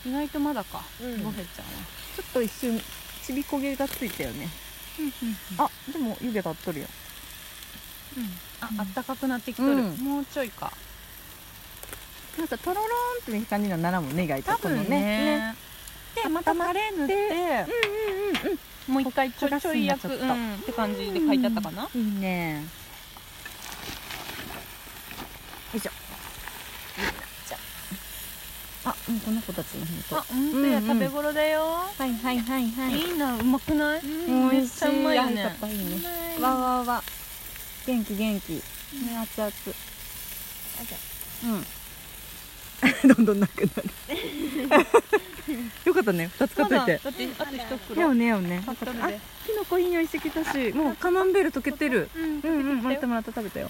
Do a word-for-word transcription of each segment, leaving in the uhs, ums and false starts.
意外とまだか、 うん、 ボフェちゃんはちょっと一瞬ちび焦げがついたよね。 うんうん、 あ、でも湯気立っとるよ。 うん、あ、あったかくなってきとる、うん、もうちょいか。 なんかとろろーんっていう感じにはならんもんね、意外と。 多分ね。ねでまたタレ塗って、うんうんうんうん、もう一回ちょいちょい焼く、うん、って感じで書いてあったかな。 いいね。よいしょ。あ、もうこの子たちのほんと。 あ、ほんとや、食べ頃だよ。 はいはいはいはい。 いいな、うまくない？ めっちゃうまいよね。いいね。わわわ。元気元気。ね、熱々。うん。どんどんなくなる。よかったね、二つ買っといて。 だってあと一袋。 やおねやおね。あ、キノコいい匂いしてきたし、もうカマンベール溶けてる。うんうんうん、もらってもらった、食べたよ。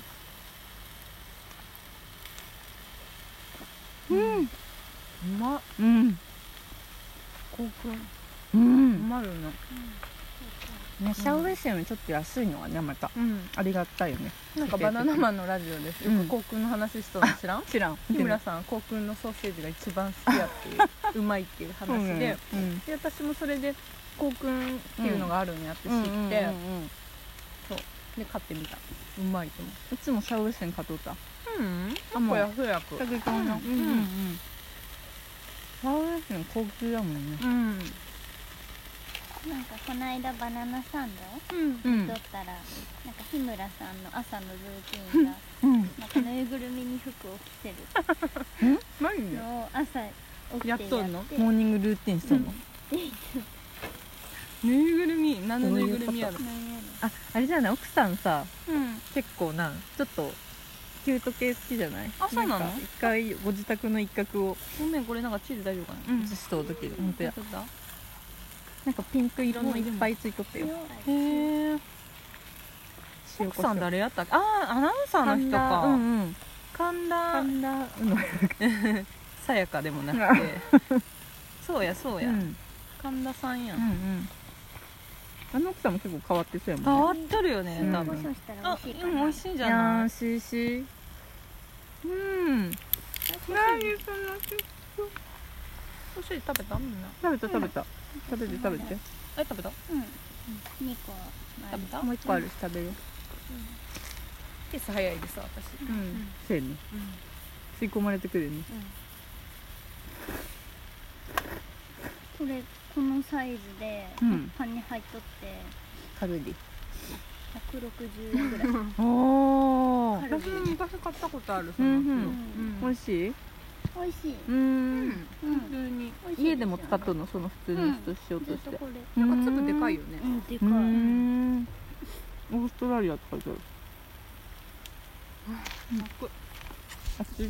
うん。うまっ。うん。 高級。 うん。 うまいよね。 ね、シャウエッセンよりちょっと安いのはね、また。ありがたいよね。 なんかバナナマンのラジオですよくコウ君の話しとるの知らん？ 知らん。 日村さん、コウ君のソーセージが一番好きやっていう、うまいっていう話で、で私もそれでコウ君っていうのがあるんやって知って、そうで買ってみた。うまいと思う。 いつもシャウエッセン買っとった。 うん。あ、もうやふやく。 だけどな。うんうんうん。シャウエッセン高級やもんね。うん。 なんかこの間バナナサンド見とったら、なんか日村さんの朝のルーティンが、なんかぬいぐるみに服を着せるのを朝起きてやって、やっとんの？ モーニングルーティンしてんの？ ぬいぐるみ、何のぬいぐるみやろ？ あ、あれじゃない、奥さんさ、結構なちょっとキュート系好きじゃない？ あ、そうなの？ 一回ご自宅の一角を、 ごめん、これなんかチーズ大丈夫かな？ 写しとる時で、本当や。なんかピンク色のいっぱいついとったよ。 へえ。奥さん誰やったっけ？ああ、アナウンサーの人か。 うんうん。 神田。 神田。 さやかでもなくて。そうやそうや。神田さんやん。うんうん。 あの奥さんも結構変わってそうやもんね。 変わっとるよね。多分。あ、うん、美味しいんじゃない？ 美味しいし。うん。何その。 ソーセージ食べた？みんな。 食べた食べた。食べて食べて。 え、食べた？うん。 にこ食べた？ もういっこあるし食べる。 ペース早いです私。 うん。そうやね。吸い込まれてくるね。 これこのサイズでパンに入っとってカルディ。 ひゃくろくじゅうえんぐらい。 おお。私も昔買ったことある。 美味しい？ 美味しい。 うん。 普通に家でも使っとるの、その普通にとしようとして。 なんか粒でかいよね。 うん、でかい。 オーストラリアって書いてある。熱い。うん。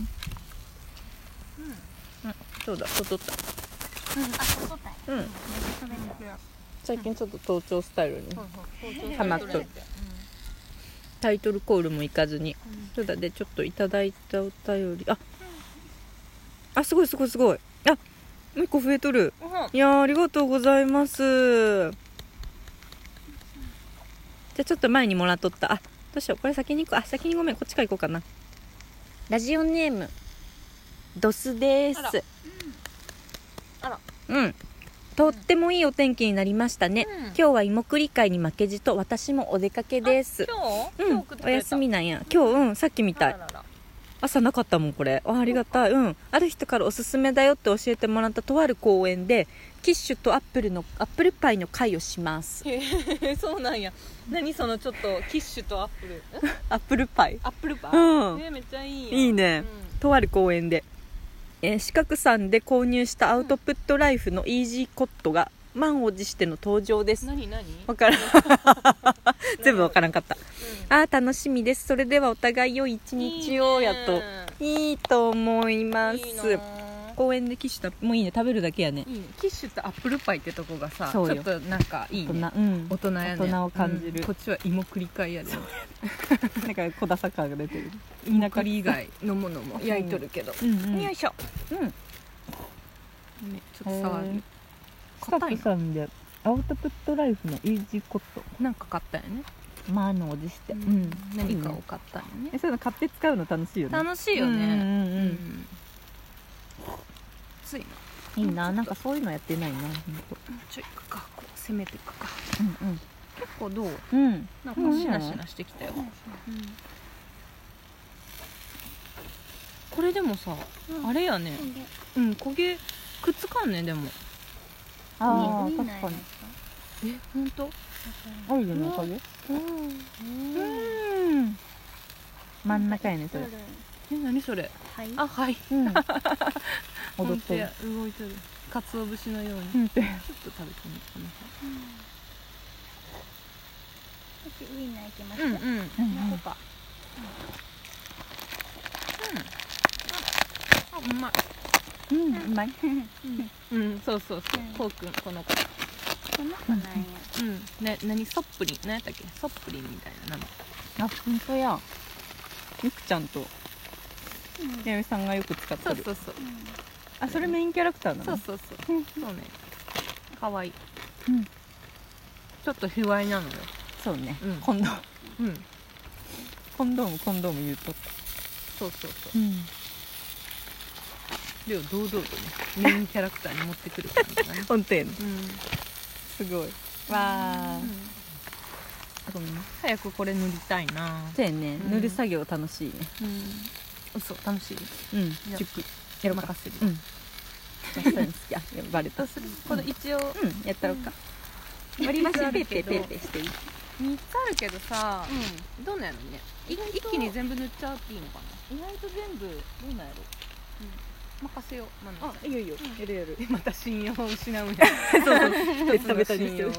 そうだ、取っとった。 うん、あ、取っとった。 うん。最近ちょっと盗聴スタイルにハマっとる。タイトルコールもいかずに。そうだで、ちょっといただいたお便り。あ。あ、すごいすごいすごい。あ、もう一個増えとる。いやー、ありがとうございます。じゃあちょっと前にもらっとった。あ、どうしよう。これ先に行こう。あ、先にごめん。こっちから行こうかな。ラジオネームドスです。 あら。あら。 うん。とってもいいお天気になりましたね。うん、今日は芋栗会に負けじと私もお出かけです。 今日？ うん。お休みなんや。今日、うん、さっきみたい。あららら、朝なかったもんこれ。 あ, ありがたい。うん。ある人からおすすめだよって教えてもらったとある公園でキッシュとアップルのアップルパイの会をします。 へえ、そうなんや。何そのちょっとキッシュとアップルアップルパイ。 アップルパイ、 うん、 ね、めっちゃいいや。 いいね、うん、とある公園で、えー、四角さんで購入したアウトプットライフのイージーコットが満を持しての登場です。 何何わからん全部わからんかった、うん、あー楽しみです。それではお互い良い一日を。やといいと思います。いい公園でキッシュともういいね。食べるだけやね。 いいね。キッシュとアップルパイってとこがさ、ちょっとなんかいいね。大人、うん、大人やね。 大人を感じる、 うん、こっちは芋栗会やで、ね、 なんか小高さが出てる。 芋栗以外のものも焼いとるけど、うんうん、よいしょ、うん、ね、ちょっと触る。 スタッフさんでアウトプットライフのイージーコットなんか買ったよね。 満を持して、うんうん、何かを買ったよね。 え、そういうの買って使うの楽しいよね。 楽しいよね。うんうんうん、ついな。 いいな、なんかそういうのやってないな、ほんと。 ちょいくか、こう攻めていくか。 うんうん結構どう？ うんなんかしなしなしてきたよ。うん、これでもさ、 うんあれやね。うん、焦げくっつかんね。でも。 ああ、 ウインナー確かに。 え、本当？ オイルのおかげ。 うんうん真ん中やね、それ。 え、何それ？ はいあ、はい。 うん踊っ本当てるや、動いてる。鰹節のように。 うんちょっと食べてみようかな。 私ウインナーいきますか。 うんうん。 うんここか。うん。あ、うまい。 うんうまい。 うん、そうそうそううん。 こうくん、この子。 この子なんや。 うん。ね、何ソップリン、何やったっけ？ソップリンみたいな名前。 あ、ほんとや。ゆくちゃんとうんやみさんがよく使ってる。 そうそうそう。 あ、それメインキャラクターなの？ そうそうそう。 うんそうね。可愛い。 うんちょっと卑猥なのよ。 そうね、 うんコンドームうん。 コンドームコンドーム言うと、 そうそうそう。 うん、 でも堂々とね、メインキャラクターに持ってくる感じがね。 ほんとやね、 うん。 すごい。わー、 うんごめんね。 早くこれ塗りたいな。 そうやね、 うん塗る作業楽しいね。 うん。そう、楽しい。 うんや熟やろうか。 任せる。 うんじゃあそういうの好き。あ、いやバレた。 どうする？これ一応うん、やったろうか。割り箸ペーペーペーペーしていい？ みっつあるけどさ、どうなんやろね。い一気に全部塗っちゃっていいのかな。 意外と全部どうなんやろ。 任せよう。マナちゃんあ、いいよいいよ、やるやる。 また信用を失うんや。 そうそう、ベタベタにしてる。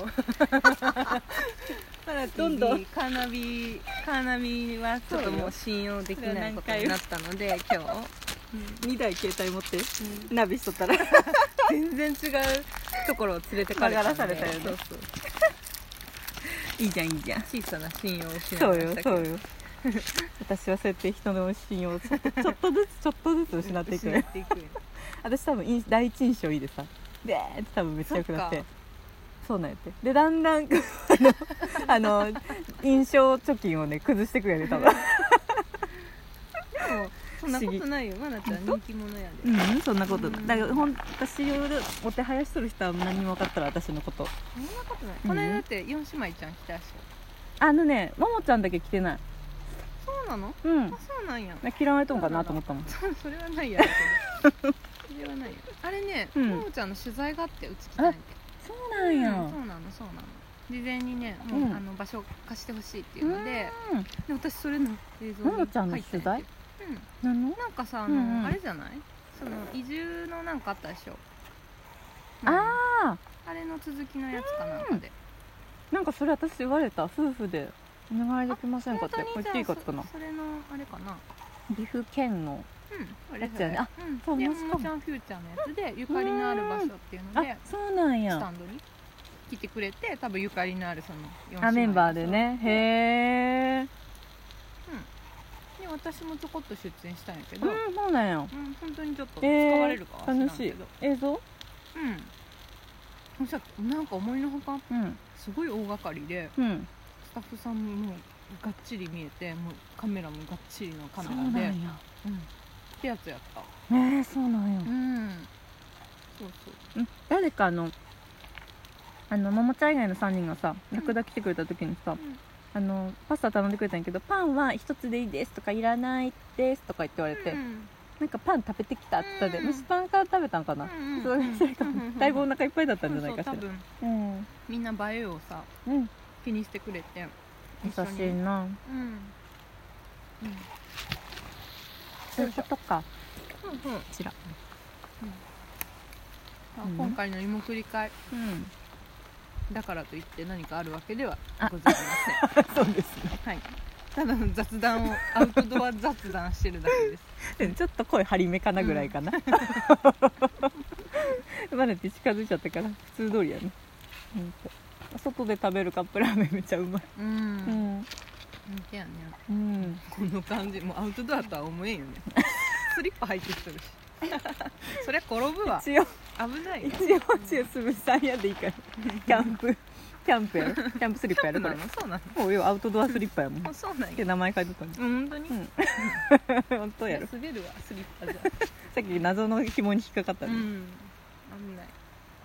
どんどんカーナビカーナビはちょっともう信用できないことになったので今日、 にだい携帯持ってナビしとったら全然違うところを連れてかれたんで、 曲がらされたよねそうそういいじゃんいいじゃん。 小さな信用を失いそうよましたけど、 そうよ。私はそうやって人の信用をちょっとちょっとずつちょっとずつ失っていく失ね。 っていくよ。 私多分いい第一印象いいでさでーって多分めっちゃ良くなってそっかそうなんやってでだんだんあのあの印象貯金をね崩してくれる多分でもそんなことないよ。マナちゃん人気者やで。 うんそんなことうんだからほん私をお手早しとる人は何にも分かったら私のことそんなことない。 うんこの間だって四姉妹ちゃん来たし。 あのねももちゃんだけ来てないそうなの？ うんあ、そうなんや。 嫌われとんかなと思ったもんそうそれはないやろけど。それはないよ。あれね、 うんももちゃんの取材があってうち来たんやて。 そうなんやうんそうなのそうなの。事前にね、もう、 うんあの場所貸してほしいっていうので、 うんで私それの映像にももちゃんの取材うん。 何のなんかさあの、 うんうんあれじゃない？その移住のなんかあったでしょ。 ああれの続きのやつかなんかで。 ーなんかそれ私言われた夫婦でお願いできませんかって本当にこれ言っていいかっつかなじゃあそそれのあれかな。 岐阜県のうん。 やつやねあうん。 そうで、 同じかもももちゃんフューチャーのやつでゆかりのある場所っていうのあで。 そうなんスやタンドに来てくれて、多分ゆかりのあるそのよんあメンバー姉妹でねへえそうで私もちょこっと出演したんやけど、 ううんんそうなんや本当にちょっと使えわれるかは知らん楽しいけど、 映像うんそしたらなんか思いのほかうんすごい大掛かりでうんスタッフさんももうがっちり見えてもうカメラもがっちりのカそうメラでなんやうんってやつやったえー、そうなんやうんそうそううん誰かあのあのももちゃん以外のさんにんがさラクダ来てくれた時にさ、 んあのパスタ頼んでくれたんやけどパンは一つでいいですとかいらないですとか言って言われて、 うんなんかパン食べてきたって言ったで、 うん蒸しパンから食べたんかな、 うんうんそれそれかうんだいぶお腹いっぱいだったんじゃないそうかしらそう多分うん、 みんな映えをさうん、 気にしてくれて優しいなうんうんそういうことかうんうんこちらあうん今回の芋繰り会うんだからといって何かあるわけではあございまそうですねせん。はい。ただの雑談をアウトドア雑談してるだけです。 ちょっと声張り目かなぐらいかな、まだって近づいちゃったから普通通りやね、ほんと外で食べるカップラーメンめっちゃうまいうん。 ううん。 ん、 やね。 うん、 この感じもうアウトドアとは思えんよね。スリッパ履いてきてるし。そりゃ転ぶわ。 一応危ないよ。 一応中すぶさんやでいいからキャンプキャンプやろキャンプスリッパやろこれなのそうなもうよアウトドアスリッパやもんっの。そうなんや。 て名前書いてたのうん本当に。 うん本当やろ滑るわスリッパじゃ。 さっき謎の紐に引っかかったの、 うん。 危ない。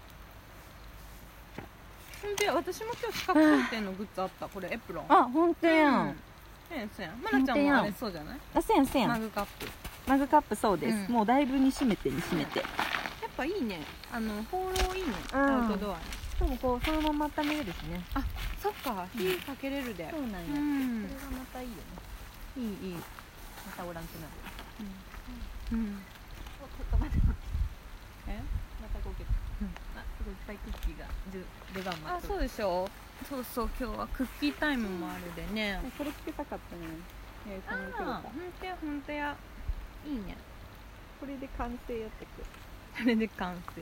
ほんとや、私も今日資格検定のグッズあった。これエプロン。 あ、ほんとやん。 そうやんそうやん。まなちゃんもあれそうじゃない？ あ、そうやんそうやん。 マグカップ。 マグカップそうです。 うんもうだいぶ煮しめて煮しめて。 やっぱいいね。あの放浪いいね。 うんアウトドアに。 でもこうそのまま温めるしね。 あ、そっか。火かけれるで。 そうなんや。 うんそれがまたいいよね。 いいいい。 またおらんくなる。 うん。 ちょっと待って。 え？ またこけた。あ、すごいいっぱいクッキーが出番待あ、 ってる。 そうでしょ。そうそう今日はクッキータイムもあるでね。 これつけたかったね。えー、 あそのくれたあ、ほんとやほんとや。いいね。 これで完成やってく。 それで完成。 うん。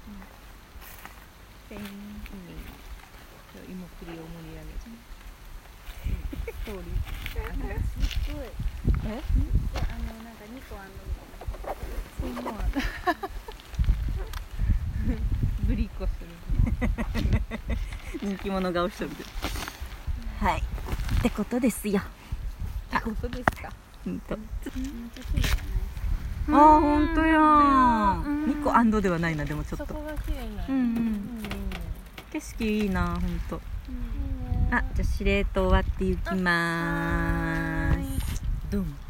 ペン。いいね。芋栗を盛り上げちゃう。ストーリー。 すっごい。 え？ え、あのなんかにこあんのみたいな。 そうなんだ。ブリコする。 人気者顔しとる。はい。ってことですよ。 ってことですか。 うんと。 めっちゃ綺麗じゃない？ あー、ほんとやーうんん。にこアンドではないな、でもちょっと。 そこが綺麗な。 うんうん景色いいな、ほんと。あ、じゃあ司令塔終わっていきまーす。ドン。